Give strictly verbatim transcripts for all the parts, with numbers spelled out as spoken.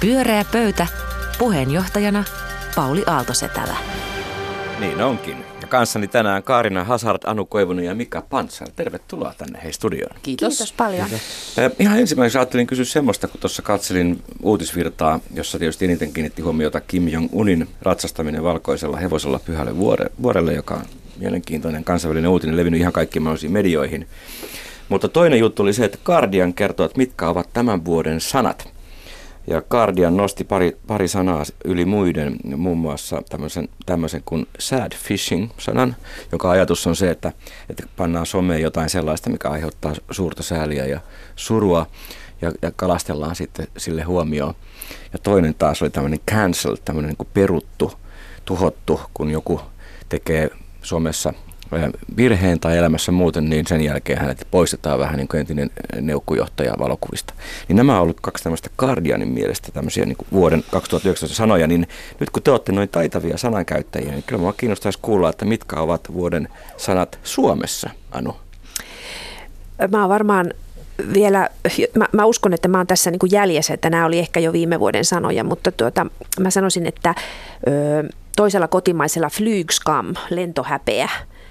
Pyöreä pöytä. Puheenjohtajana Pauli Aaltosetälä. Niin onkin. Ja kanssani tänään Kaarina Hazard, Anu Koivunen ja Mika Pantsar. Tervetuloa tänne hei studioon. Kiitos. Kiitos paljon. Kiitos. Ihan ensimmäiseksi ajattelin kysyä semmoista, kun tuossa katselin uutisvirtaa, jossa tietysti eniten kiinnitti huomiota Kim Jong-unin ratsastaminen valkoisella hevosella pyhälle vuorelle, joka on mielenkiintoinen kansainvälinen uutinen, levinnyt ihan kaikkiin mahdollisiin medioihin. Mutta toinen juttu oli se, että Guardian kertoo, että mitkä ovat tämän vuoden sanat. Ja Guardian nosti pari, pari sanaa yli muiden, muun muassa tämmöisen, tämmöisen kuin sad fishing-sanan, joka ajatus on se, että, että pannaan someen jotain sellaista, mikä aiheuttaa suurta sääliä ja surua, ja, ja kalastellaan sitten sille huomioon. Ja toinen taas oli tämmöinen cancel, tämmöinen niin kuin peruttu, tuhottu, kun joku tekee somessa virheen tai elämässä muuten, niin sen jälkeen hänet poistetaan vähän niin kuin entinen neukkujohtaja valokuvista. Niin nämä on ollut kaksi tämmöistä Guardianin mielestä tämmöisiä niin kuin vuoden kaksituhattayhdeksäntoista sanoja, niin nyt kun te olette noin taitavia sanankäyttäjiä, niin kyllä minua kiinnostaisi kuulla, että mitkä ovat vuoden sanat Suomessa, Anu? Mä oon varmaan vielä, mä, mä uskon, että mä oon tässä niin kuin jäljessä, että nämä oli ehkä jo viime vuoden sanoja, mutta tuota, mä sanoisin, että ö, toisella kotimaisella flygskam, lentohäpeä,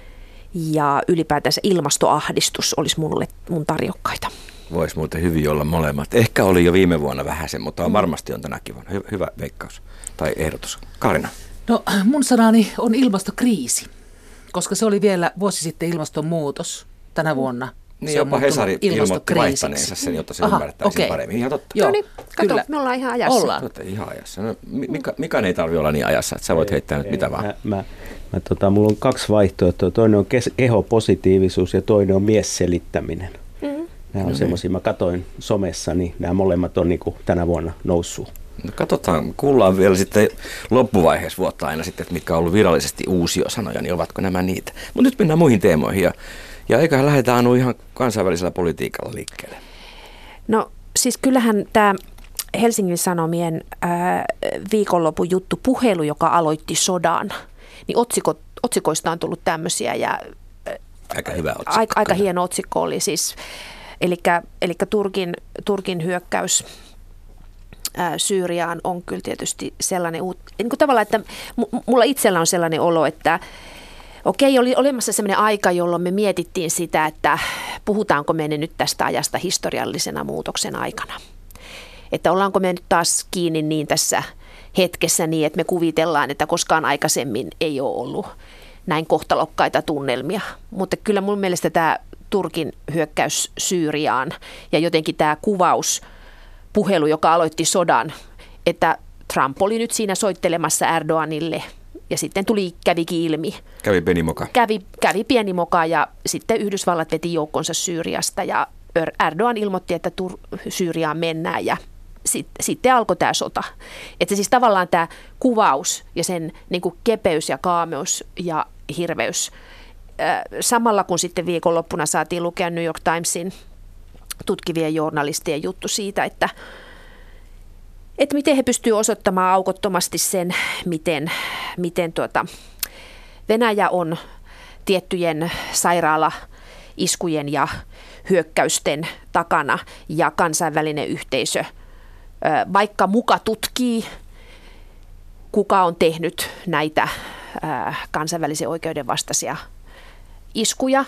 ja ylipäätänsä ilmastoahdistus olisi mulle, mun tarjokkaita. Voisi muuten hyvin olla molemmat. Ehkä oli jo viime vuonna vähäisen, mutta on varmasti on tänäkin vuonna. Hy- hyvä veikkaus tai ehdotus. Kaarina. No mun sanani on ilmastokriisi, koska se oli vielä vuosi sitten ilmastonmuutos tänä vuonna. Niin jopa Hesari ilmoitti vaihtaneensa sen, jotta se ymmärtäisi okay. paremmin. Ihan totta. Joo, no niin, kato, kyllä. Me ollaan ihan ajassa. Ollaan. Olette ihan ajassa. No, Mika, Mika ei tarvitse olla niin ajassa, että sä voit heittää ei, nyt mitä vaan. Mä, mä, mä, tota, mulla on kaksi vaihtoehtoa. Toinen on kes- kehopositiivisuus ja toinen on miesselittäminen. Mm-hmm. Nämä on no semmoisia, mä katsoin somessa, niin nämä molemmat on niin kuin tänä vuonna noussut. No katsotaan, kuullaan vielä sitten loppuvaiheessa vuotta aina sitten, että mitkä on ollut virallisesti uusia sanoja, niin ovatko nämä niitä. Mutta nyt mennään muihin teemoihin ja Ja eiköhän lähdetään Anu ihan kansainvälisellä politiikalla liikkeelle. No siis kyllähän tämä Helsingin Sanomien ää, viikonlopun juttu puhelu, joka aloitti sodan, niin otsikot, otsikoista on tullut tämmöisiä. Ja, aika hyvä otsikko. Aika, aika hieno otsikko oli siis, eli Turkin, Turkin hyökkäys ää, Syyriaan on kyllä tietysti sellainen, niin kuin tavallaan, että mulla itsellä on sellainen olo, että okei, oli olemassa sellainen aika, jolloin me mietittiin sitä, että puhutaanko me nyt tästä ajasta historiallisena muutoksen aikana. Että ollaanko me nyt taas kiinni niin tässä hetkessä niin, että me kuvitellaan, että koskaan aikaisemmin ei ole ollut näin kohtalokkaita tunnelmia. Mutta kyllä mun mielestä tämä Turkin hyökkäys Syyriaan ja jotenkin tämä kuvauspuhelu, joka aloitti sodan, että Trump oli nyt siinä soittelemassa Erdoganille. Ja sitten tuli, kävikin ilmi. Kävi pieni moka. Kävi, kävi pieni moka ja sitten Yhdysvallat veti joukkonsa Syyriasta ja Erdogan ilmoitti, että Tur- Syyriaan mennään ja sit, sitten alkoi tämä sota. Että siis tavallaan tämä kuvaus ja sen niin kuin kepeys ja kaameus ja hirveys. Samalla kun sitten viikonloppuna saatiin lukea New York Timesin tutkivien journalistien juttu siitä, että Että miten he pystyvät osoittamaan aukottomasti sen, miten, miten tuota Venäjä on tiettyjen sairaalaiskujen ja hyökkäysten takana ja kansainvälinen yhteisö, vaikka muka tutkii, kuka on tehnyt näitä kansainvälisen oikeuden vastaisia iskuja,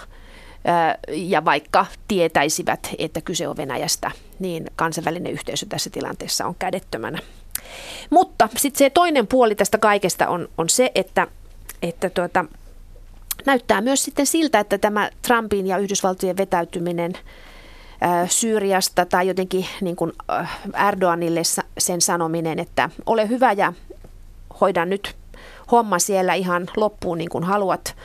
ja vaikka tietäisivät, että kyse on Venäjästä, niin kansainvälinen yhteisö tässä tilanteessa on kädettömänä. Mutta sitten se toinen puoli tästä kaikesta on, on se, että, että tuota, näyttää myös sitten siltä, että tämä Trumpin ja Yhdysvaltojen vetäytyminen ää, Syyriasta tai jotenkin niin kuin Erdoganille sen sanominen, että ole hyvä ja hoida nyt homma siellä ihan loppuun niin kuin haluat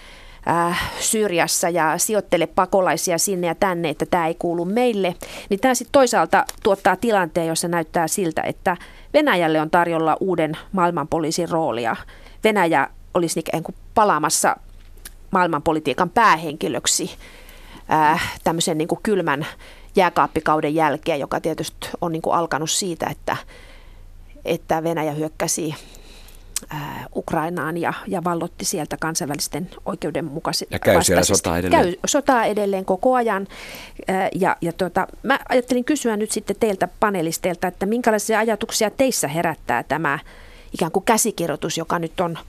Syyriassa ja sijoittele pakolaisia sinne ja tänne, että tämä ei kuulu meille, niin tämä sitten toisaalta tuottaa tilanteen, jossa näyttää siltä, että Venäjälle on tarjolla uuden maailmanpoliisin roolia. Venäjä olisi ikään kuin palaamassa maailmanpolitiikan päähenkilöksi äh, tämmöisen niin kuin kylmän jääkaappikauden jälkeen, joka tietysti on niin kuin alkanut siitä, että, että Venäjä hyökkäsi ää, Ukrainaan ja, ja vallotti sieltä kansainvälisten oikeudenmukaisesti. Ja käy siellä sotaa edelleen. Käy sotaa edelleen koko ajan. Ää, ja ja tota, mä ajattelin kysyä nyt sitten teiltä panelisteilta, että minkälaisia ajatuksia teissä herättää tämä ikään kuin käsikirjoitus, joka nyt on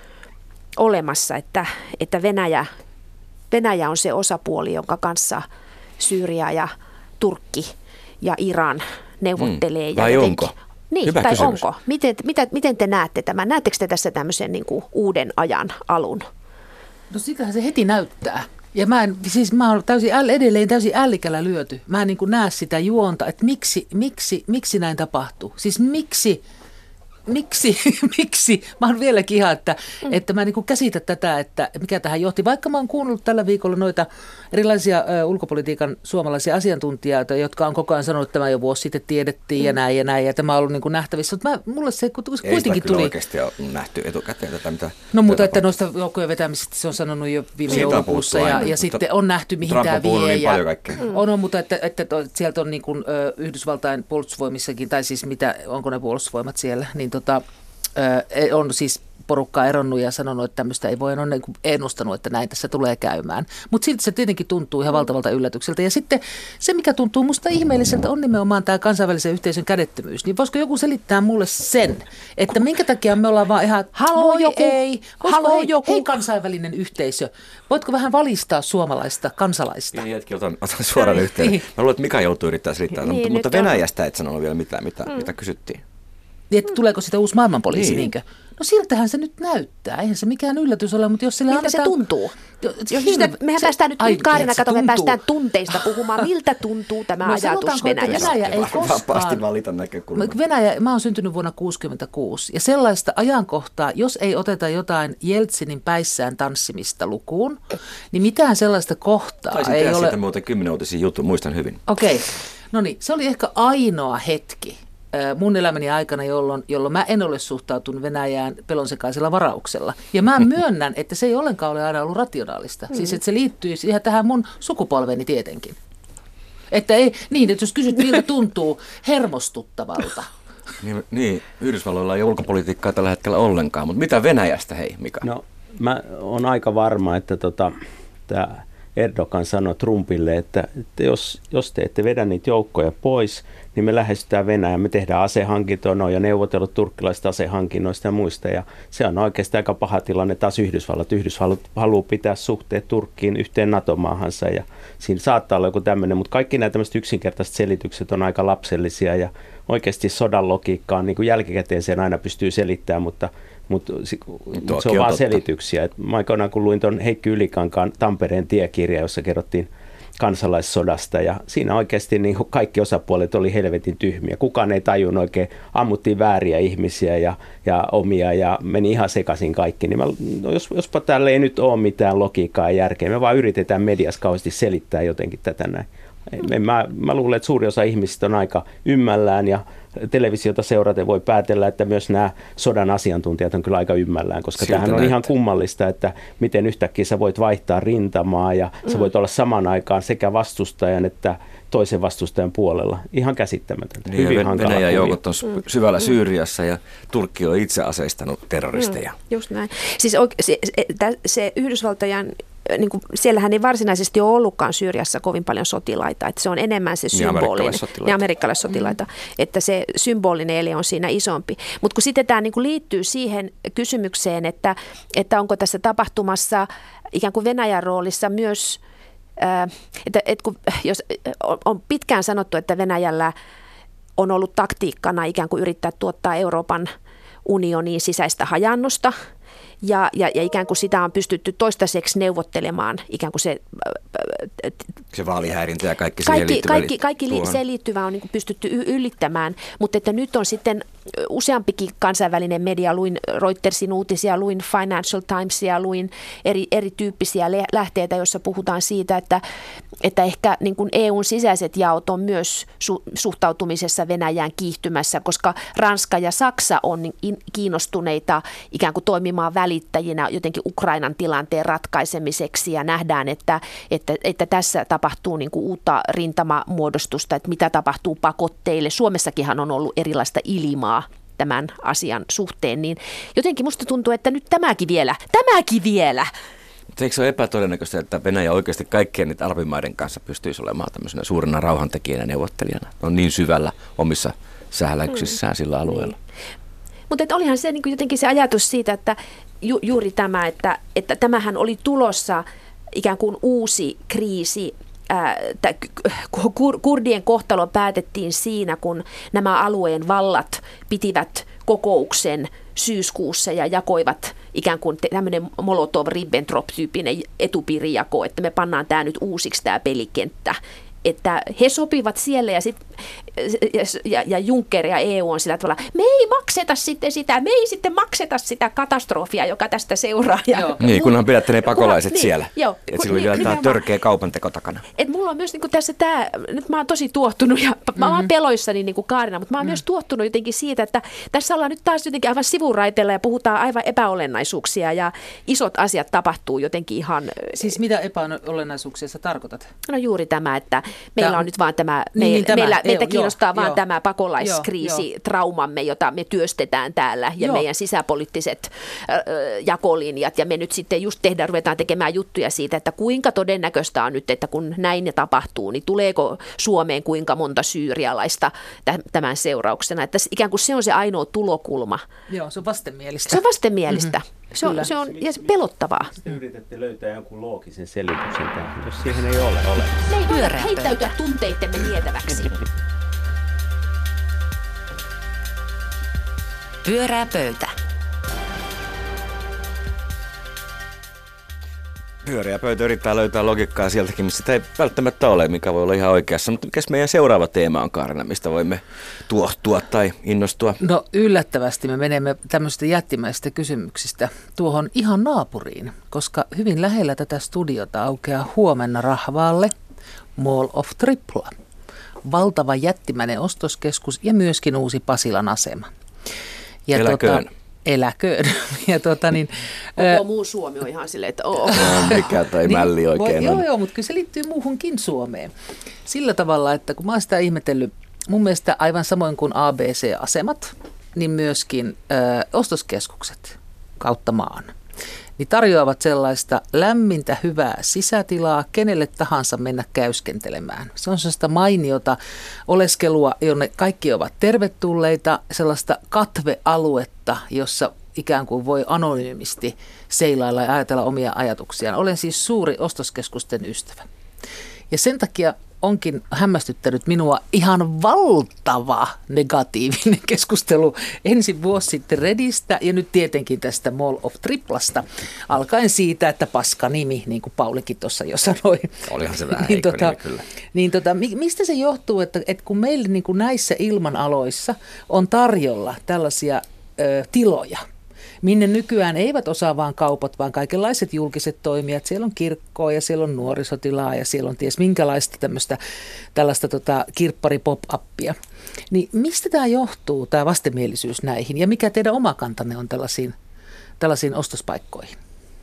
olemassa, että, että Venäjä, Venäjä on se osapuoli, jonka kanssa Syyria ja Turkki ja Iran neuvottelee. Hmm. Vai ja onko? Niin, Hyvä tai kysymys. onko? Miten, mitä, miten te näette tämän? Näettekö te tässä tämmöisen niin kuin uuden ajan alun? No sitähän se heti näyttää. Ja mä en, siis mä oon täysin äl, edelleen täysin ällikällä lyöty. Mä en niin kuin näe sitä juonta, että miksi, miksi, miksi näin tapahtuu. Siis miksi... Miksi, miksi? Mä oon vieläkin ihan, että, mm. että mä en niin käsitä tätä, että mikä tähän johti. Vaikka mä oon kuunnellut tällä viikolla noita erilaisia ö, ulkopolitiikan suomalaisia asiantuntijoita, jotka on koko ajan sanonut, että tämä jo vuosi sitten tiedettiin mm. ja näin ja näin, ja tämä on ollut niin kuin nähtävissä. Mutta mä, mulle se kuitenkin Ei sitä tuli. oikeasti ole nähty etukäteen tätä, mitä... No mutta että noista joukkojen vetämisistä se on sanonut jo viime Siitä joulukuussa, ja, ja sitten on nähty, mihin Trump tämä on puhunut vie. niin Ja paljon kaikkea. on, on, mutta että, että, että sieltä on niin kuin, ö, Yhdysvaltain puolustusvoimissakin, tai siis mitä, onko ne puolustusvoimat siellä, niin tota... on siis porukkaa eronnut ja sanonut, että tämmöistä ei voi, on niin ennustanut, että näin tässä tulee käymään. Mutta silti se tietenkin tuntuu ihan valtavalta yllätykseltä. Ja sitten se, mikä tuntuu musta ihmeelliseltä, on nimenomaan tämä kansainvälisen yhteisön kädettömyys. Niin voisiko joku selittää mulle sen, että minkä takia me ollaan vaan ihan, Haloo voi joku, ei, haloo hei, joku. hei kansainvälinen yhteisö, voitko vähän valistaa suomalaista kansalaista? Niin hetki, otan, otan suoraan yhteyden. Niin. Mä luulen, että Mika joutuu yrittää selittää, Niin, mutta, mutta nyt on. Venäjästä et sanonut vielä mitään, mitä, mm. mitä kysyttiin. Niin, että tuleeko sitä uusi maailmanpoliisi, Niin. niinkö? No siltähän se nyt näyttää. Eihän se mikään yllätys ole, mutta jos sille Miltä se annetaan... tuntuu? Jo- Jos hirve- sitä, mehän se- päästään nyt, Ai, nyt Kaarina, että se kato, me tuntuu. päästään tunteista puhumaan. Miltä tuntuu tämä No ajatus sanotaanko, että Venäjästä? Venäjä ei Vapaasti koskaan... valita näkökulman. Venäjä, mä oon syntynyt vuonna kuusikymmentäkuusi ja sellaista ajankohtaa, jos ei oteta jotain Jeltsinin päissään tanssimista lukuun, niin mitään sellaista kohtaa Taisin ei tehdä ole... siitä muuten kymmenuutisia juttu, muistan hyvin. Okei, no niin, se oli ehkä ainoa hetki mun elämäni aikana, jolloin, jolloin mä en ole suhtautunut Venäjään pelonsekaisella varauksella. Ja mä myönnän, että se ei ollenkaan ole aina ollut rationaalista. Mm. Siis että se liittyy siihen tähän mun sukupolveni tietenkin. Että ei, niin, että jos kysyt, miltä tuntuu hermostuttavalta. Niin, niin, Yhdysvalloilla ei ole ulkopolitiikkaa tällä hetkellä ollenkaan, mutta mitä Venäjästä, hei Mika? No, mä oon aika varma, että tota, tämä Erdogan sanoi Trumpille, että, että jos, jos te ette vedä niitä joukkoja pois, niin me lähestytään Venäjää, me tehdään asehankintoja, no ja neuvotellut turkkilaisista asehankinnoista ja muista, ja se on oikeastaan aika paha tilanne taas Yhdysvallat. Yhdysvallat haluaa pitää suhteet Turkkiin yhteen NATO-maahansa, ja siinä saattaa olla joku tämmöinen, mutta kaikki nämä tämmöiset yksinkertaiset selitykset on aika lapsellisia, ja oikeasti sodan logiikkaa niin kuin jälkikäteen sen aina pystyy selittämään, mutta Mutta se on vaan selityksiä. Et mä aikoinaan kun luin tuon Heikki Ylikankaan Tampereen tiekirja, jossa kerrottiin kansalaissodasta, ja siinä oikeasti niin kaikki osapuolet oli helvetin tyhmiä. Kukaan ei tajunnut oikein, ammuttiin vääriä ihmisiä ja, ja omia ja meni ihan sekaisin kaikki. Niin mä, no jos, jospa täällä ei nyt ole mitään logiikkaa ja järkeä, me vaan yritetään mediassa kauheasti selittää jotenkin tätä näin. Mä, mä luulen, että suuri osa ihmisistä on aika ymmällään ja televisiota seuraten voi päätellä, että myös nämä sodan asiantuntijat on kyllä aika ymmällään, koska siltä tämähän on näyttää. Ihan kummallista, että miten yhtäkkiä sä voit vaihtaa rintamaa ja mm. sä voit olla samaan aikaan sekä vastustajan että toisen vastustajan puolella. Ihan käsittämätöntä. Niin, Hyvin hankala. Venäjän joukot on syvällä Syyriassa ja Turkki on itse aseistanut terroristeja. Mm, just näin. Siis oike- se, se, se Yhdysvaltojen, niin kuin, siellähän ei varsinaisesti ole ollutkaan Syyriassa kovin paljon sotilaita, että se on enemmän se symbolinen, ja amerikkalaissotilaita, mm. että se symbolinen ele on siinä isompi. Mutta kun sitten tämä niin kuin liittyy siihen kysymykseen, että, että onko tässä tapahtumassa ikään kuin Venäjän roolissa myös, ää, että, että kun, jos on pitkään sanottu, että Venäjällä on ollut taktiikkana ikään kuin yrittää tuottaa Euroopan unioniin sisäistä hajannusta, Ja, ja, ja ikään kuin sitä on pystytty toistaiseksi neuvottelemaan, ikään kuin se... Se vaalihäirintä ja kaikki siihen kaikki, liittyvä. Kaikki, kaikki li, se liittyvä on niin kuin pystytty ylittämään, mutta että nyt on sitten useampikin kansainvälinen media, luin Reutersin uutisia, luin Financial Timesia, luin eri, erityyppisiä lähteitä, joissa puhutaan siitä, että, että ehkä niin kuin E U:n sisäiset jaot on myös su, suhtautumisessa Venäjään kiihtymässä, koska Ranska ja Saksa on kiinnostuneita ikään kuin toimimaan välittäjinä jotenkin Ukrainan tilanteen ratkaisemiseksi ja nähdään, että, että, että tässä tapahtuu niin kuin uutta rintamamuodostusta, että mitä tapahtuu pakotteille. Suomessakinhan on ollut erilaista ilimaa tämän asian suhteen, niin jotenkin musta tuntuu, että nyt tämäkin vielä, tämäkin vielä. Eikö se ole epätodennäköistä, että Venäjä oikeasti kaikkien niitä arabimaiden kanssa pystyisi olemaan tämmöisenä suurena rauhantekijänä ja neuvottelijana? On niin syvällä omissa sähläyksissään hmm. sillä alueella. Niin. Mutta olihan se niin kuin jotenkin se ajatus siitä, että ju, juuri tämä, että, että tämähän oli tulossa ikään kuin uusi kriisi. Ää, kur, kurdien kohtalo päätettiin siinä, kun nämä alueen vallat pitivät kokouksen syyskuussa ja jakoivat ikään kuin tämmöinen Molotov-Ribbentrop-tyyppinen etupiirijako, että me pannaan tämä nyt uusiksi tämä pelikenttä. Että he sopivat siellä ja, sit, ja, ja Juncker ja E U on sillä tavalla, me ei makseta sitten sitä, me ei sitten makseta sitä katastrofia, joka tästä seuraa. Ja niin, kunhan pidätte ne pakolaiset kunhan, siellä. Niin, joo, että silloin vielä tämä törkeä kaupanteko takana. Et mulla on myös niin kuin tässä tämä, nyt mä oon tosi tuottunut ja mm-hmm. mä oon peloissani niin kuin Kaarina, mutta mä oon mm-hmm. myös tuottunut jotenkin siitä, että tässä ollaan nyt taas jotenkin aivan sivuraiteella ja puhutaan aivan epäolennaisuuksia ja isot asiat tapahtuu jotenkin ihan. Siis mitä epäolennaisuuksia sä tarkoitat? No juuri tämä, että meillä tämä, on nyt vaan tämä, niin, meillä, tämä meillä, meitä joo, kiinnostaa joo, vaan joo, tämä pakolaiskriisi, joo, traumamme, jota me työstetään täällä ja joo. meidän sisäpoliittiset äh, jakolinjat. Ja me nyt sitten just tehdään, ruvetaan tekemään juttuja siitä, että kuinka todennäköistä on nyt, että kun näin ne tapahtuu, niin tuleeko Suomeen kuinka monta syyrialaista tämän seurauksena. Että ikään kuin se on se ainoa tulokulma. Joo, se on vastenmielistä. Se on vastenmielistä. Mm-hmm. Se on, se on ja se pelottavaa. Sitten yritätte löytää jonkun loogisen selityksen tähän, jos siihen ei ole ole. Me ei voida heittäytyä tunteittemme nietäväksi. Pyörää pöytä. Pyöreä pöytä yrittää löytää logiikkaa sieltäkin, missä sitä ei välttämättä ole, mikä voi olla ihan oikeassa. Mutta mikäs meidän seuraava teema on, Kaarina, mistä voimme tuohtua tai innostua? No yllättävästi me menemme tämmöistä jättimäisistä kysymyksistä tuohon ihan naapuriin, koska hyvin lähellä tätä studiota aukeaa huomenna Rahvaalle Mall of Tripla. Valtava jättimäinen ostoskeskus ja myöskin uusi Pasilan asema. Ja Eläköön. Tota, eläköön. Ja tuota niin, Koko ää, muu Suomi on ihan silleen, että oo. Mikä tai niin, mälli oikein voi, on. Joo, joo, mutta kyllä se liittyy muuhunkin Suomeen. Sillä tavalla, että kun mä oon sitä ihmetellyt, mun mielestä aivan samoin kuin A B C-asemat, niin myöskin ää, ostoskeskukset kautta maan, niin tarjoavat sellaista lämmintä, hyvää sisätilaa kenelle tahansa mennä käyskentelemään. Se on sellaista mainiota oleskelua, jonne kaikki ovat tervetulleita, sellaista katvealuetta, jossa ikään kuin voi anonyymisti seilailla ja ajatella omia ajatuksiaan. Olen siis suuri ostoskeskusten ystävä. Ja sen takia onkin hämmästyttänyt minua ihan valtava negatiivinen keskustelu ensin vuosi sitten Redistä ja nyt tietenkin tästä Mall of Triplasta. Alkaen siitä, että paska nimi, niin kuin Paulikin tuossa jo sanoi. Olihan se vähän niin, heikko tota, nimi kyllä. Niin tota, mistä se johtuu, että, että kun meillä niin kuin näissä ilmanaloissa on tarjolla tällaisia ö, tiloja, minne nykyään eivät osaa vaan kaupat, vaan kaikenlaiset julkiset toimijat. Siellä on kirkkoa ja siellä on nuorisotilaa ja siellä on ties minkälaista tämmöistä tällaista tota, kirppari-pop-appia. Niin mistä tämä johtuu, tämä vastenmielisyys näihin? Ja mikä teidän oma kantanne on tällaisiin, tällaisiin ostospaikkoihin?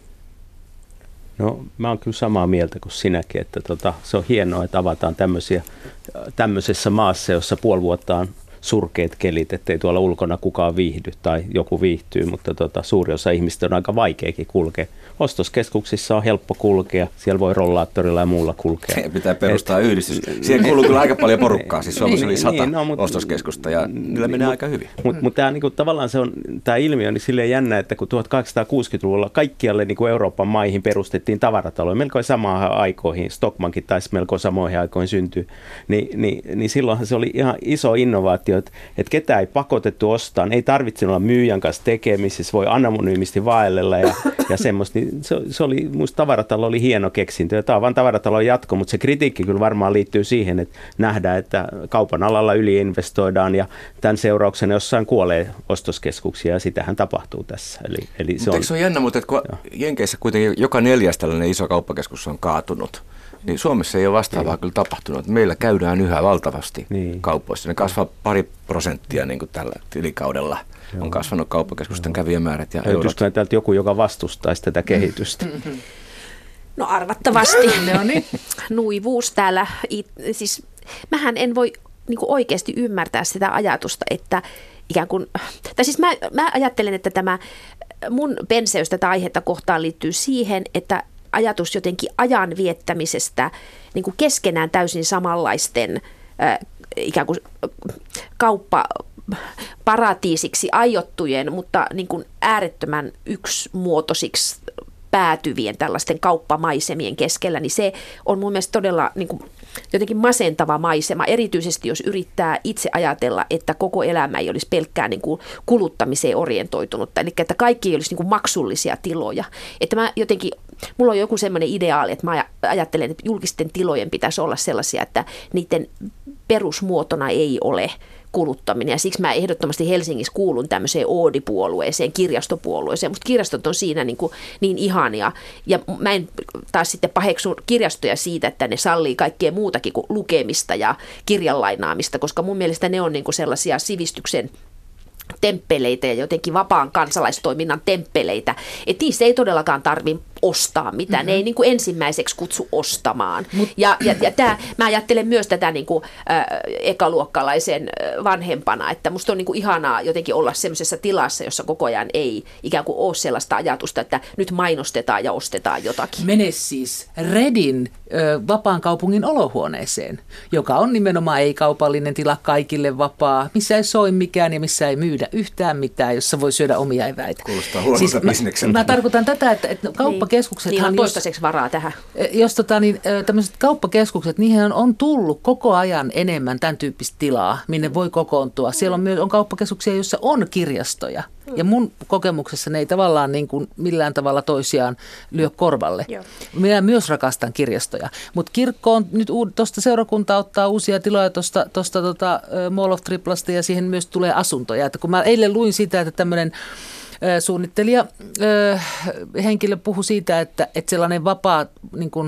No mä oon kyllä samaa mieltä kuin sinäkin, että tota, se on hienoa, että avataan tämmöisiä, tämmöisessä maassa, jossa puoli vuotta on surkeat kelit, ettei tuolla ulkona kukaan viihdy tai joku viihtyy, mutta tota, suuri osa ihmistä on aika vaikeakin kulkea. Ostoskeskuksissa on helppo kulkea, siellä voi rollaattorilla ja muulla kulkea. Pitää perustaa Et, yhdistys. Siihen kuuluu kyllä aika paljon porukkaa, siis Suomessa oli sata niin, no, mut, ostoskeskusta ja niillä menee mut, aika hyvin. Mutta mut tämä niinku, tavallaan se on, tämä ilmiö on niin silleen jännä, että kun tuhatkahdeksansataakuusikymmentäluvulla kaikkialle niinku Euroopan maihin perustettiin tavarataloja, melko samaan aikoihin, Stockmankin taisi melko samoihin aikoihin syntyä, niin, niin, niin silloinhan se oli ihan iso innovaatio, että et ketään ei pakotettu ostaa, ei tarvitse olla myyjän kanssa tekemisissä, voi anonyymisti vaellella ja, ja semmoista. Niin se, se oli, musta tavaratalo oli hieno keksintö ja tämä on vaan tavaratalon jatko, mutta se kritiikki kyllä varmaan liittyy siihen, että nähdään, että kaupan alalla yliinvestoidaan ja tämän seurauksena jossain kuolee ostoskeskuksia ja sitähän tapahtuu tässä. Eli, eli se, on, eikö se on jännä, mutta kun Jenkeissä kuitenkin joka neljäs tällainen iso kauppakeskus on kaatunut, niin Suomessa ei ole vastaavaa niin kyllä tapahtunut. Meillä käydään yhä valtavasti niin kaupoissa. Ne kasvaa pari prosenttia niin kuin tällä tilikaudella. Joo. On kasvanut kauppakeskusten kävijämäärät ja eurot. Löytyisikö täältä joku, joka vastustaisi tätä kehitystä? No arvattavasti. Nuivuus täällä. Siis mähän en voi niin kuin oikeasti ymmärtää sitä ajatusta, että ikään kuin, tai siis mä, mä ajattelen, että tämä mun penseys tätä aihetta kohtaan liittyy siihen, että ajatus jotenkin ajan viettämisestä niin kuin keskenään täysin samanlaisten äh, ikään kuin kauppaparatiisiksi aiottujen, mutta niin kuin äärettömän yksimuotoisiksi päätyvien tällaisten kauppamaisemien keskellä, niin se on mun mielestä todella niin kuin jotenkin masentava maisema, erityisesti jos yrittää itse ajatella, että koko elämä ei olisi pelkkää niin kuin kuluttamiseen orientoitunutta, eli että kaikki ei olisi niin kuin maksullisia tiloja. Että mä jotenkin, mulla on joku semmoinen ideaali, että mä ajattelen, että julkisten tilojen pitäisi olla sellaisia, että niiden perusmuotona ei ole kuluttaminen. Ja siksi mä ehdottomasti Helsingissä kuulun tämmöiseen Oodi-puolueeseen, kirjastopuolueeseen. Musta kirjastot on siinä niin, kuin niin ihania. Ja mä en taas sitten paheksu kirjastoja siitä, että ne sallii kaikkea muutakin kuin lukemista ja kirjanlainaamista, koska mun mielestä ne on niin kuin sellaisia sivistyksen temppeleitä ja jotenkin vapaan kansalaistoiminnan temppeleitä. Että niissä ei todellakaan tarvitse ostaa mitään. Mm-hmm. Ne ei niin kuin ensimmäiseksi kutsu ostamaan. Mut. Ja, ja, ja tää, mä ajattelen myös tätä niin kuin, äh, ekaluokkalaisen äh, vanhempana, että musta on niin kuin ihanaa jotenkin olla semmoisessa tilassa, jossa koko ajan ei ikään kuin ole sellaista ajatusta, että nyt mainostetaan ja ostetaan jotakin. Mene siis Redin äh, vapaan kaupungin olohuoneeseen, joka on nimenomaan ei-kaupallinen tila, kaikille vapaa, missä ei soi mikään ja missä ei myydä yhtään mitään, jossa voi syödä omia eväitä. Kuulostaa huonolta siis bisnekseltä. Mä, mä tarkoitan tätä, että, että kauppa Niin on toistaiseksi varaa tähän. Jos tota, niin, tämmöiset kauppakeskukset, niihin on, on tullut koko ajan enemmän tämän tyyppistä tilaa, minne voi kokoontua. Siellä on myös on kauppakeskuksia, joissa on kirjastoja. Ja mun kokemuksessa ne ei tavallaan niin kuin millään tavalla toisiaan lyö korvalle. Joo. Minä myös rakastan kirjastoja. Mutta kirkko on nyt, tuosta seurakunta ottaa uusia tiloja tuosta tota, Mall of Triplasta ja siihen myös tulee asuntoja. Että kun mä eilen luin sitä, että tämmöinen suunnittelija henkilö puhui siitä, että, että sellainen vapaa, niin kuin,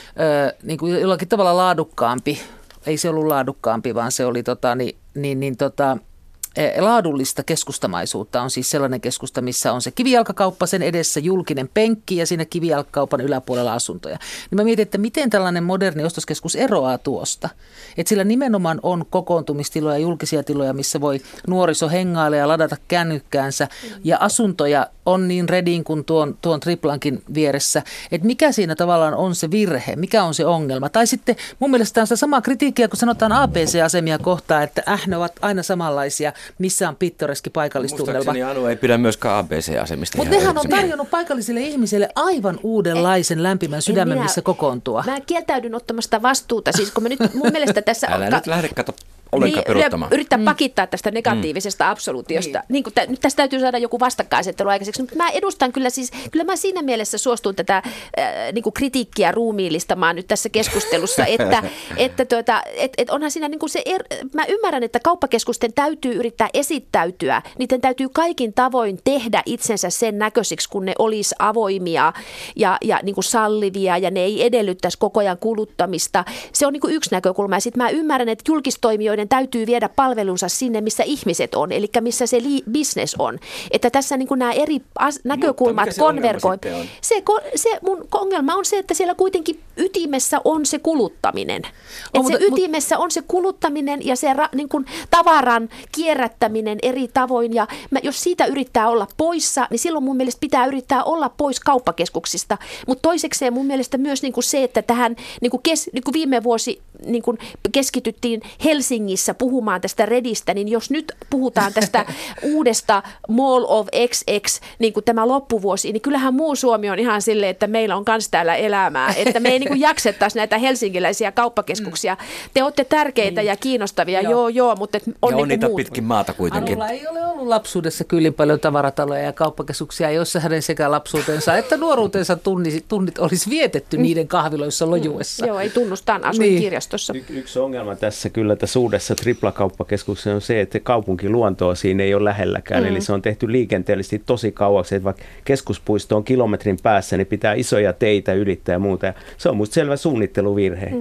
niin kuin jollakin tavalla laadukkaampi, ei se ollut laadukkaampi, vaan se oli tota, niin, niin, niin, tota, laadullista keskustamaisuutta on siis sellainen keskusta, missä on se kivijalkakauppa, sen edessä julkinen penkki ja siinä kivijalkakaupan yläpuolella asuntoja. Niin mä mietin, että miten tällainen moderni ostoskeskus eroaa tuosta. Että sillä nimenomaan on kokoontumistiloja, julkisia tiloja, missä voi nuoriso hengailla ja ladata kännykkäänsä ja asuntoja on niin Redin kuin tuon, tuon Triplankin vieressä. Että mikä siinä tavallaan on se virhe, mikä on se ongelma. Tai sitten mun mielestä on se sama kritiikkiä, kun sanotaan A B C-asemia kohtaan, että äh, ne ovat aina samanlaisia, missä on pittoreski paikallistunnelma. Muistaakseni Anu ei pidä myöskään A B C-asemista. Mutta nehän on tarjonnut paikallisille ihmisille aivan uudenlaisen lämpimän sydämen, minä, missä kokoontua. Mä kieltäydyn ottamasta vastuuta. Siis kun mä nyt mun mielestä tässä... Älä ka- nyt lähde kato ollenkaan peruuttamaan. Yrittää mm. pakittaa tästä negatiivisesta mm. absoluutiosta. Niin. Niin kuin t- nyt tästä täytyy saada joku vastakkainasettelu aikaiseksi. Mutta mä edustan kyllä siis, kyllä mä siinä mielessä suostun tätä äh, niin kuin kritiikkiä ruumiillistamaan nyt tässä keskustelussa, että, että tuota, et, et onhan siinä niin kuin se, er, mä ymmärrän, että kauppakeskusten täytyy yrittää esittäytyä. Niiden täytyy kaikin tavoin tehdä itsensä sen näköisiksi, kun ne olisi avoimia ja, ja niin kuin sallivia ja ne ei edellyttäisi koko ajan kuluttamista. Se on niin kuin yksi näkökulma. Ja sitten mä ymmärrän, että julkistoimijoiden täytyy viedä palvelunsa sinne, missä ihmiset on, eli missä se li- business on. Että tässä niin kuin nämä eri as- näkökulmat konvergoi. Se, se mun ongelma on se, että siellä kuitenkin ytimessä on se kuluttaminen. Että se ytimessä on se kuluttaminen ja se ra- niin kuin tavaran kierrättäminen eri tavoin. Ja mä, jos siitä yrittää olla poissa, niin silloin mun mielestä pitää yrittää olla pois kauppakeskuksista. Mutta toisekseen mun mielestä myös niin kuin se, että tähän niin kuin kes- niin kuin viime vuosi niin kuin keskityttiin Helsingissä puhumaan tästä Redistä, niin jos nyt puhutaan tästä uudesta Mall of X X, niin kuin tämä loppuvuosi, niin kyllähän muu Suomi on ihan silleen, että meillä on kans täällä elämää, että me ei niin kuin jaksettaisi näitä helsinkiläisiä kauppakeskuksia. Te olette tärkeitä ja kiinnostavia, joo, joo, joo mutta on, ja on niin niitä muut. Pitkin maata kuitenkin. Anulla ei ole ollut lapsuudessa kyllin paljon tavarataloja ja kauppakeskuksia, joissa hänen sekä lapsuutensa että nuoruutensa tunnit, tunnit olisi vietetty niiden kahviloissa lojuessa. Mm, joo, ei tunnustaan, asuin niin. kirjastossa. Y- yksi ongelma tässä kyllä tässä uudessa triplakauppakeskuksessa on se, että kaupunkiluontoa siinä ei ole lähelläkään. Mm. Eli se on tehty liikenteellisesti tosi kauaksi, että vaikka keskuspuisto on kilometrin päässä, niin pitää isoja teitä ylittää ja muuta. Ja se on musta selvä suunnitteluvirhe. Mm. Ja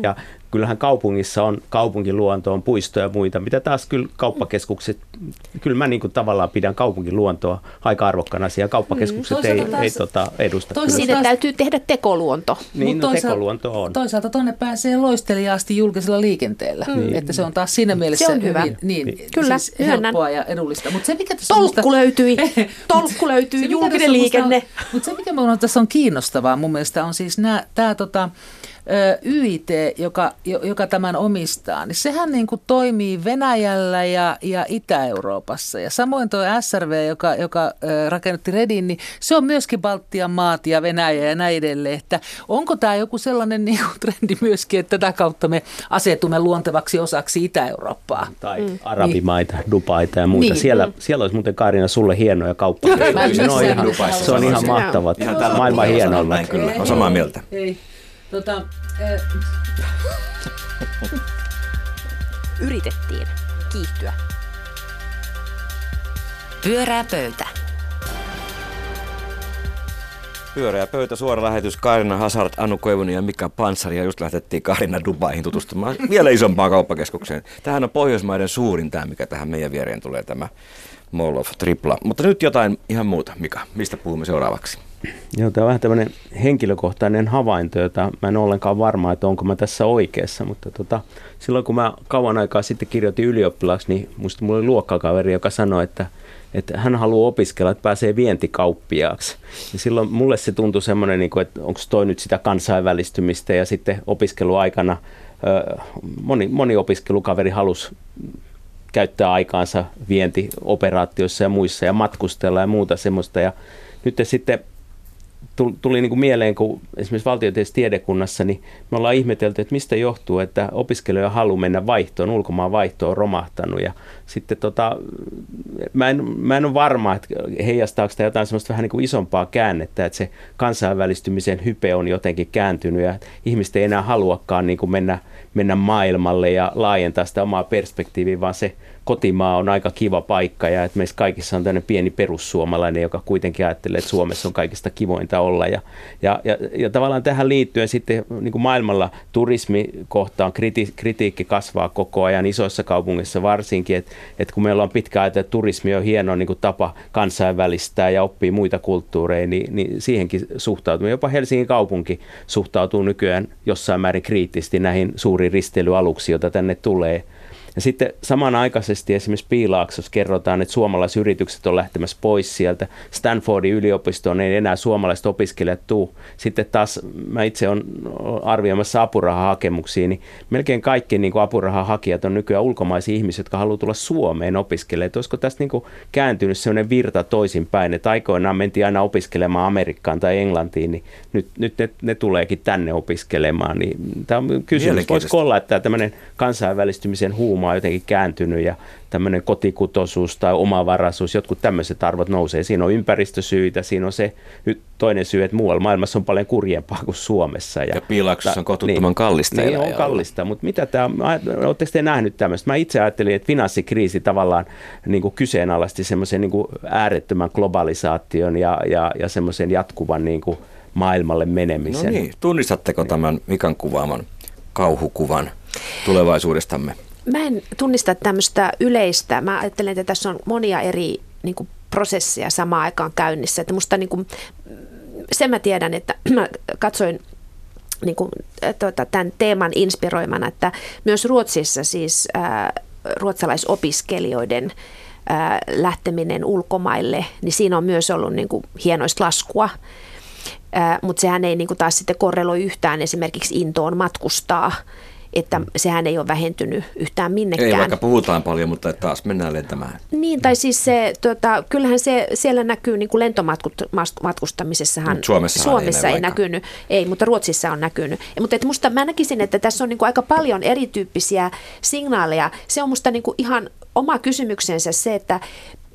kyllähän kaupungissa on kaupunkiluonto, on puistoja ja muita, mitä taas kyllä kauppakeskukset, kyllä mä niin kuin tavallaan pidän kaupunkiluontoa aika arvokkaan asiaa. Kauppakeskukset mm, ei, ei tota, edusta. Siitä taas täytyy tehdä tekoluonto. Niin, no, toisaalta, tekoluonto on. Toisaalta tuonne pääsee loisteliaasti julkisella liikenteellä, mm. että se on taas siinä mielessä se on hyvä. Hyvin, niin, kyllä, siis helppoa ja edullista. Mut se, mikä Tolkku musta, löytyi, tolkku löytyy, julkinen liikenne. Mutta se, mikä minulla tässä on kiinnostavaa mun mielestä on siis tämä tota, Y I T, joka, joka tämän omistaa, niin sehän niin kuin toimii Venäjällä ja, ja Itä-Euroopassa. Ja samoin tuo S R V, joka, joka rakennetti Redin, niin se on myöskin Baltian maat ja Venäjä ja näin edelleen. Että onko tämä joku sellainen niin kuin trendi myöskin, että tätä kautta me asetumme luontevaksi osaksi Itä-Eurooppaa? Tai mm. arabimaita, niin. Dubaita ja muita. Niin. Siellä, siellä olisi muuten, Kaarina, sulle hienoja kauppakeskuksia. No, se on ihan mahtavat. Ihan maailman hienoimmat. Näin kyllä, on samaa mieltä. Ei. Tota, äh. Yritettiin kiihtyä. Pyörää pöytä. Pyöreä pöytä, suora lähetys. Kaarina Hazard, Anu Koivunen ja Mika Pantsari. Ja just lähtettiin Kaarina Dubaihin tutustumaan vielä isompaan kauppakeskukseen. Tämähän on Pohjoismaiden suurin tämä, mikä tähän meidän viereen tulee, tämä Mall of Tripla. Mutta nyt jotain ihan muuta. Mika, mistä puhumme seuraavaksi? Joo, tämä on vähän tämmöinen henkilökohtainen havainto, jota mä en ole ollenkaan varma, että onko mä tässä oikeassa, mutta tota, silloin kun mä kauan aikaa sitten kirjoitin ylioppilaaksi, niin musta mulla oli luokkakaveri, joka sanoi, että, että hän haluaa opiskella, että pääsee vientikauppiaaksi. Ja silloin mulle se tuntui semmoinen, että onko toi nyt sitä kansainvälistymistä, ja sitten opiskeluaikana moni, moni opiskelukaveri halusi käyttää aikaansa vientioperaatioissa ja muissa ja matkustella ja muuta semmoista. Ja nyt sitten tuli niin kuin mieleen, kun esimerkiksi valtiotieteellisessä tiedekunnassa, niin me ollaan ihmetelty, että mistä johtuu, että opiskelijoiden halu mennä vaihtoon, ulkomaan vaihtoon on romahtanut. Ja sitten tota, mä, en, mä en ole varma, että heijastaako sitä jotain semmoista vähän niin kuin isompaa käännettä, että se kansainvälistymisen hype on jotenkin kääntynyt ja ihmiset ei enää haluakaan niin kuin mennä, mennä maailmalle ja laajentaa sitä omaa perspektiiviä, vaan se kotimaa on aika kiva paikka ja että meissä kaikissa on tämmöinen pieni perussuomalainen, joka kuitenkin ajattelee, että Suomessa on kaikista kivointa olla. Ja, ja, ja, ja tavallaan tähän liittyen sitten niin kuin maailmalla turismi kohtaan kriti, kritiikki kasvaa koko ajan isoissa kaupungeissa varsinkin, että, että kun meillä on pitkä aika, että turismi on hieno niin kuin tapa kansainvälistää ja oppii muita kulttuureja, niin, niin siihenkin suhtautuu. Jopa Helsingin kaupunki suhtautuu nykyään jossain määrin kriittisesti näihin suuriin risteilyaluksiin, joita tänne tulee. Ja sitten samanaikaisesti esimerkiksi Piilaaksossa kerrotaan, että suomalaisyritykset on lähtemässä pois sieltä. Stanfordin yliopistoon ei enää suomalaiset opiskelijat tule. Sitten taas mä itse olen arvioimassa apurahahakemuksia, niin melkein kaikki niin kuin apurahahakijat on nykyään ulkomaisia ihmisiä, jotka haluaa tulla Suomeen opiskelemaan. Että olisiko tästä niin kuin kääntynyt sellainen virta toisinpäin, että aikoinaan mentiin aina opiskelemaan Amerikkaan tai Englantiin, niin nyt, nyt ne, ne tuleekin tänne opiskelemaan. Niin tämä on kysymys, voisiko olla, että tämmöinen kansainvälistymisen huuma on jotenkin kääntynyt ja tämmöinen kotikutoisuus tai omavaraisuus, jotkut tämmöiset arvot nousee. Siinä on ympäristösyitä, siinä on se nyt toinen syy, että muualla maailmassa on paljon kurjempaa kuin Suomessa. Ja, ja Piilaaksossa on kohtuuttoman niin, kallista. Niin, on kallista, mutta mitä tämä, oletteko te nähnyt tämmöistä? Mä itse ajattelin, että finanssikriisi tavallaan niin kuin kyseenalaisti semmoisen niin kuin äärettömän globalisaation ja, ja, ja semmoisen jatkuvan niin kuin maailmalle menemisen. No niin, tunnistatteko tämän Mikan kuvaaman kauhukuvan tulevaisuudestamme? Mä en tunnista tämmöistä yleistä. Mä ajattelen, että tässä on monia eri niin kuin, prosesseja samaan aikaan käynnissä. Että musta, niin kuin, sen mä tiedän, että mä katsoin niin kuin, tuota, tämän teeman inspiroimana, että myös Ruotsissa siis ää, ruotsalaisopiskelijoiden ää, lähteminen ulkomaille, niin siinä on myös ollut niin kuin, hienoista laskua. Ää, mutta sehän ei niin kuin, taas sitten korreloi yhtään esimerkiksi intoon matkustaa. Että sehän ei ole vähentynyt yhtään minnekään. Ei, vaikka puhutaan paljon, mutta taas mennään lentämään. Niin, tai siis se, tota, kyllähän se siellä näkyy niin kuin lentomatkustamisessahan. Suomessa Suomessa ei, ei näkynyt, ei, mutta Ruotsissa on näkynyt. Ja, mutta että musta mä näkisin, että tässä on niin kuin aika paljon erityyppisiä signaaleja. Se on musta niin kuin ihan oma kysymyksensä se, että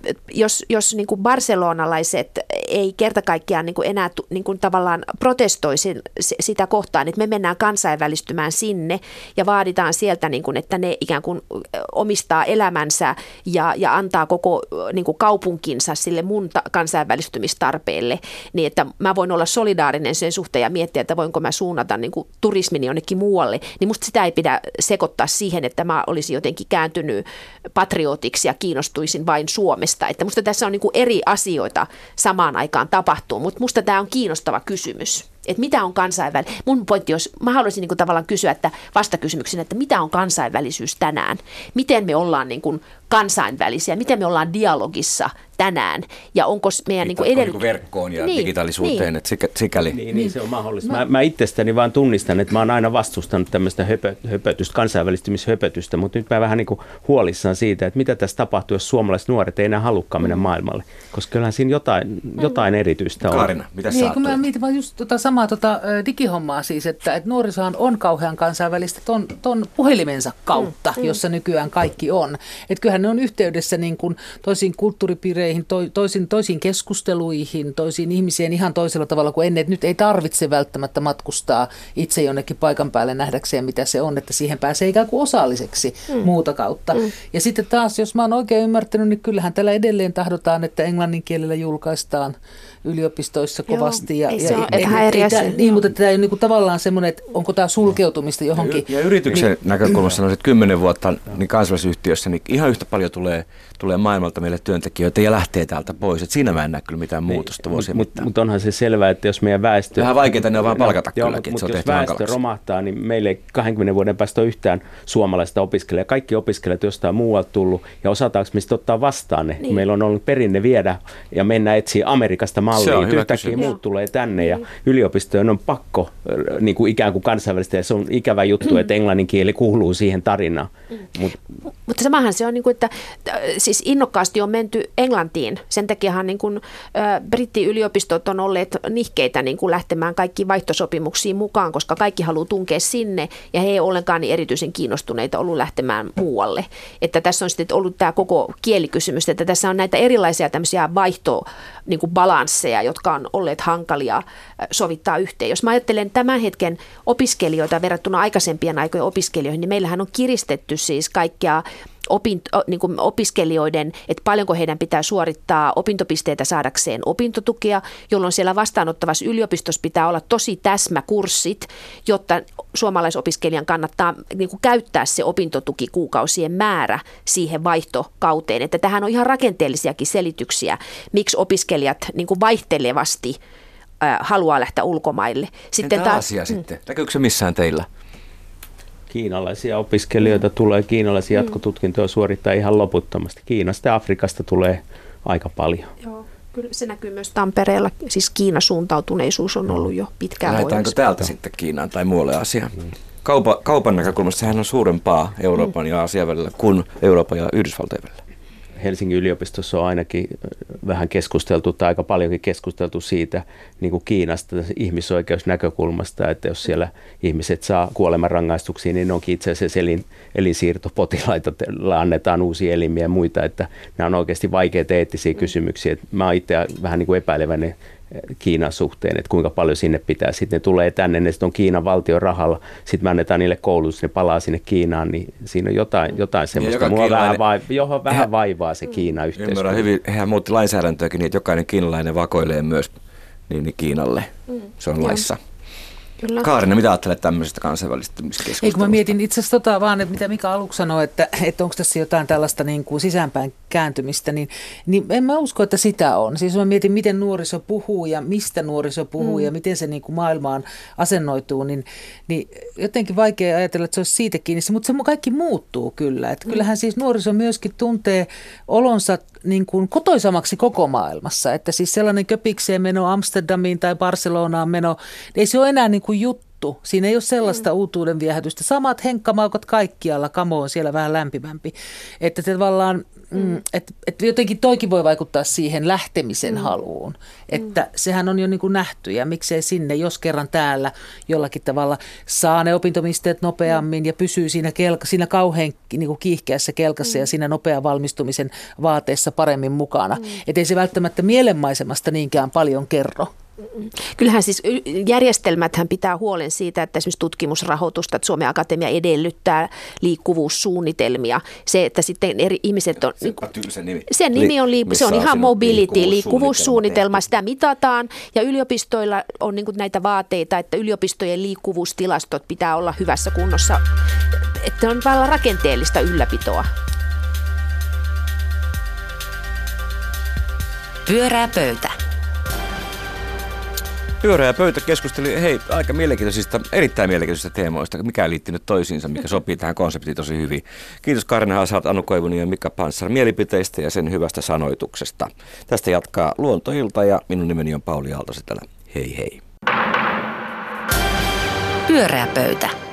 jos, jos niin kuin barcelonalaiset ei kerta kaikkiaan niin kuin enää niin kuin tavallaan protestoisi sitä kohtaan, että me mennään kansainvälistymään sinne ja vaaditaan sieltä, niin kuin, että ne ikään kuin omistaa elämänsä ja, ja antaa koko niin kuin kaupunkinsa sille mun ta- kansainvälistymistarpeelle, niin että mä voin olla solidaarinen sen suhteen ja miettiä, että voinko mä suunnata niin kuin turismini jonnekin muualle, niin musta sitä ei pidä sekoittaa siihen, että mä olisin jotenkin kääntynyt patriotiksi ja kiinnostuisin vain Suomesta. Että musta tässä on niin kuin eri asioita samaan aikaan tapahtuu, mutta musta tämä on kiinnostava kysymys. Että mitä on kansainvälinen? Mun pointti olisi, mä haluaisin niin kuin tavallaan kysyä, että vastakysymyksen, että mitä on kansainvälisyys tänään? Miten me ollaan niin kuin kansainvälisiä? Miten me ollaan dialogissa tänään? Ja onko meidän niin kuin edellä... niin verkkoon ja niin, digitaalisuuteen, niin. että sikäli. Niin, niin se on mahdollista. Mä, mä itsestäni vaan tunnistan, että mä oon aina vastustanut tämmöistä höpö, höpötystä, kansainvälistymishöpötystä, mutta nyt mä vähän niin kuin huolissaan siitä, että mitä tässä tapahtuu, jos suomalaiset nuoret ei enää halukkaan mennä maailmalle. Koska kyllähän siinä jotain, jotain erityistä on. Kaarina, mitä sä niin, kun mä ajattelet? mietin vaan just tota samaa tota, digihommaa siis, että, että nuorisohan on kauhean kansainvälistä ton, ton puhelimensa kautta, mm, jossa nykyään kaikki on. Että kyllähän ne on yhteydessä niin kuin toisiin kulttuuripiireihin, to, toisiin, toisiin keskusteluihin, toisiin ihmisiin ihan toisella tavalla kuin ennen. Et nyt ei tarvitse välttämättä matkustaa itse jonnekin paikan päälle nähdäkseen, mitä se on, että siihen pääsee ikään kuin osalliseksi mm. muuta kautta. Mm. Ja sitten taas, jos mä oon oikein ymmärtänyt, niin kyllähän täällä edelleen tahdotaan, että englannin kielellä julkaistaan yliopistoissa kovasti. Joo, ja, ei se ja, ole ei, ihan eri asia. Niin, mutta tämä ei ole niin tavallaan semmoinen, että onko tämä sulkeutumista johonkin. Ja, ja yrityksen niin, näkökulmassa sanoisin, että kymmenen vuotta niin kansallisyhtiössä niin ihan yhtä paljon tulee, tulee maailmalta meille työntekijöitä ja lähtee täältä pois. Et siinä mä en näe kyllä mitään muutosta vuosien Mutta mittaan. mut onhan se selvää, että jos meidän väestö... Vähän vaikeaa ne on vaan palkata no, kylläkin, mutta se on jos tehty väestö hankalaksi. romahtaa, niin meille ei kahdenkymmenen vuoden päästä ole yhtään suomalaista opiskelijaa. Kaikki opiskelijat jostain muualta tullut ja osataanko mistä ottaa vastaan ne. Niin. Meillä on ollut perinne viedä ja mennä etsiä Amerikasta mallia. Yhtäkkiä muut tulee tänne ja yliopistojen on pakko niin kuin ikään kuin kansainvälistä ja se on ikävä juttu, mm. että englannin kieli kuuluu siihen tarinaan. Mm. Mut, Mutta samahan se on, niin kuin, että siis innokkaasti on menty Englantiin. Sen takiahan niin kuin, ä, brittiyliopistot on olleet nihkeitä niin kuin lähtemään kaikkiin vaihtosopimuksiin mukaan, koska kaikki haluaa tunkea sinne ja he ei ollenkaan niin erityisen kiinnostuneita ollut lähtemään muualle. Että tässä on sitten ollut tämä koko kielikysymys, että tässä on näitä erilaisia tämmöisiä vaihtobalansseja, jotka on olleet hankalia sovittaa yhteen. Jos mä ajattelen tämän hetken opiskelijoita verrattuna aikaisempien aikojen opiskelijoihin, niin meillähän on kiristetty siis kaikkea Opinto, niin kuin opiskelijoiden, että paljonko heidän pitää suorittaa opintopisteitä saadakseen opintotukea, jolloin siellä vastaanottavassa yliopistossa pitää olla tosi täsmäkurssit, jotta suomalaisopiskelijan kannattaa niin kuin käyttää se opintotukikuukausien määrä siihen vaihtokauteen. Että tähän on ihan rakenteellisiakin selityksiä, miksi opiskelijat niin kuin vaihtelevasti äh, haluaa lähteä ulkomaille. Sitten Entä Aasia taas, sitten? Näkyykö se missään teillä? Kiinalaisia opiskelijoita mm. tulee, kiinalaisia jatkotutkintoja suorittaa ihan loputtomasti. Kiinasta ja Afrikasta tulee aika paljon. Joo, kyllä se näkyy myös Tampereella. Siis Kiina-suuntautuneisuus on ollut jo pitkään voimassa. Lähdetäänkö täältä no. sitten Kiinaan tai muualle Aasiaan? Mm. Kaupa, kaupan näkökulmasta sehän on suurempaa Euroopan mm. ja Aasian välillä kuin Euroopan ja Yhdysvaltojen välillä. Helsingin yliopistossa on ainakin vähän keskusteltu tai aika paljonkin keskusteltu siitä niin kuin Kiinasta ihmisoikeusnäkökulmasta, että jos siellä ihmiset saa kuolemanrangaistuksia, niin ne onkin itse asiassa elin, elinsiirtopotilaita, annetaan uusia elimiä ja muita, että nämä on oikeasti vaikeita eettisiä kysymyksiä. Mä oon itse vähän niin kuin epäileväinen Kiinan suhteen, että kuinka paljon sinne pitää. Sitten ne tulee tänne, ne sitten on Kiinan valtion rahalla, sitten me annetaan niille koulutus, ne palaa sinne Kiinaan, niin siinä on jotain, jotain semmoista. Mua vähän, vai, johon vähän he, vaivaa se Kiinan yhteiskunta. Ymmärrän hyvin, hehän muutti lainsäädäntöäkin niin, että jokainen kiinalainen vakoilee myös niin, niin Kiinalle. Mm. Se on laissa. Kyllä. Kaarina, mitä ajattelet tämmöisestä kansainvälistymiskeskustelusta? Ei, kun mä mietin itse asiassa tota vaan, että mitä Mika aluksi sanoi, että, että onko tässä jotain tällaista niin kuin sisäänpäin kääntymistä, niin, niin en mä usko, että sitä on. Siis mä mietin, miten nuoriso puhuu ja mistä nuoriso puhuu mm. ja miten se niin kuin maailmaan asennoituu, niin, niin jotenkin vaikea ajatella, että se olisi siitä kiinni, mutta se kaikki muuttuu kyllä. Että mm. kyllähän siis nuoriso myöskin tuntee olonsa niin kuin kotoisamaksi koko maailmassa, että siis sellainen köpikseen meno Amsterdamiin tai Barcelonaan meno, ei se ole enää niin kuin juttu. Siinä ei ole sellaista mm. uutuuden viehätystä. Samat henkkamaukot kaikkialla, kamo on siellä vähän lämpimämpi. Että tavallaan mm. että et jotenkin toikin voi vaikuttaa siihen lähtemisen mm. haluun. Että mm. sehän on jo niin kuin nähty ja miksei sinne, jos kerran täällä jollakin tavalla saa ne opintomisteet nopeammin mm. ja pysyy siinä, kelka, siinä kauhean niin kuin kiihkeässä kelkassa mm. ja siinä nopean valmistumisen vaateessa paremmin mukana. Mm. Että ei se välttämättä mielenmaisemasta niinkään paljon kerro. Kyllähän siis järjestelmäthän pitää huolen siitä, että esimerkiksi tutkimusrahoitusta, että Suomen Akatemia edellyttää liikkuvuussuunnitelmia. Se, että sitten eri ihmiset on... Se nimi. Sen nimi on, liik- se on ihan mobility, liikkuvuussuunnitelma, sitä mitataan. Ja yliopistoilla on niin kuin näitä vaateita, että yliopistojen liikkuvuustilastot pitää olla hyvässä kunnossa. Että on paljon rakenteellista ylläpitoa. Pyörää pöytä. Pyöreä pöytä keskusteli hei, aika mielenkiintoisista, erittäin mielenkiintoisista teemoista, mikä liittyy nyt toisiinsa, mikä sopii tähän konseptiin tosi hyvin. Kiitos Kaarina Haasalt, Anu Koivunen ja Mika Pantsar mielipiteistä ja sen hyvästä sanoituksesta. Tästä jatkaa Luontoilta ja minun nimeni on Pauli Aalto-Setälä. Hei hei. Pyöreä pöytä.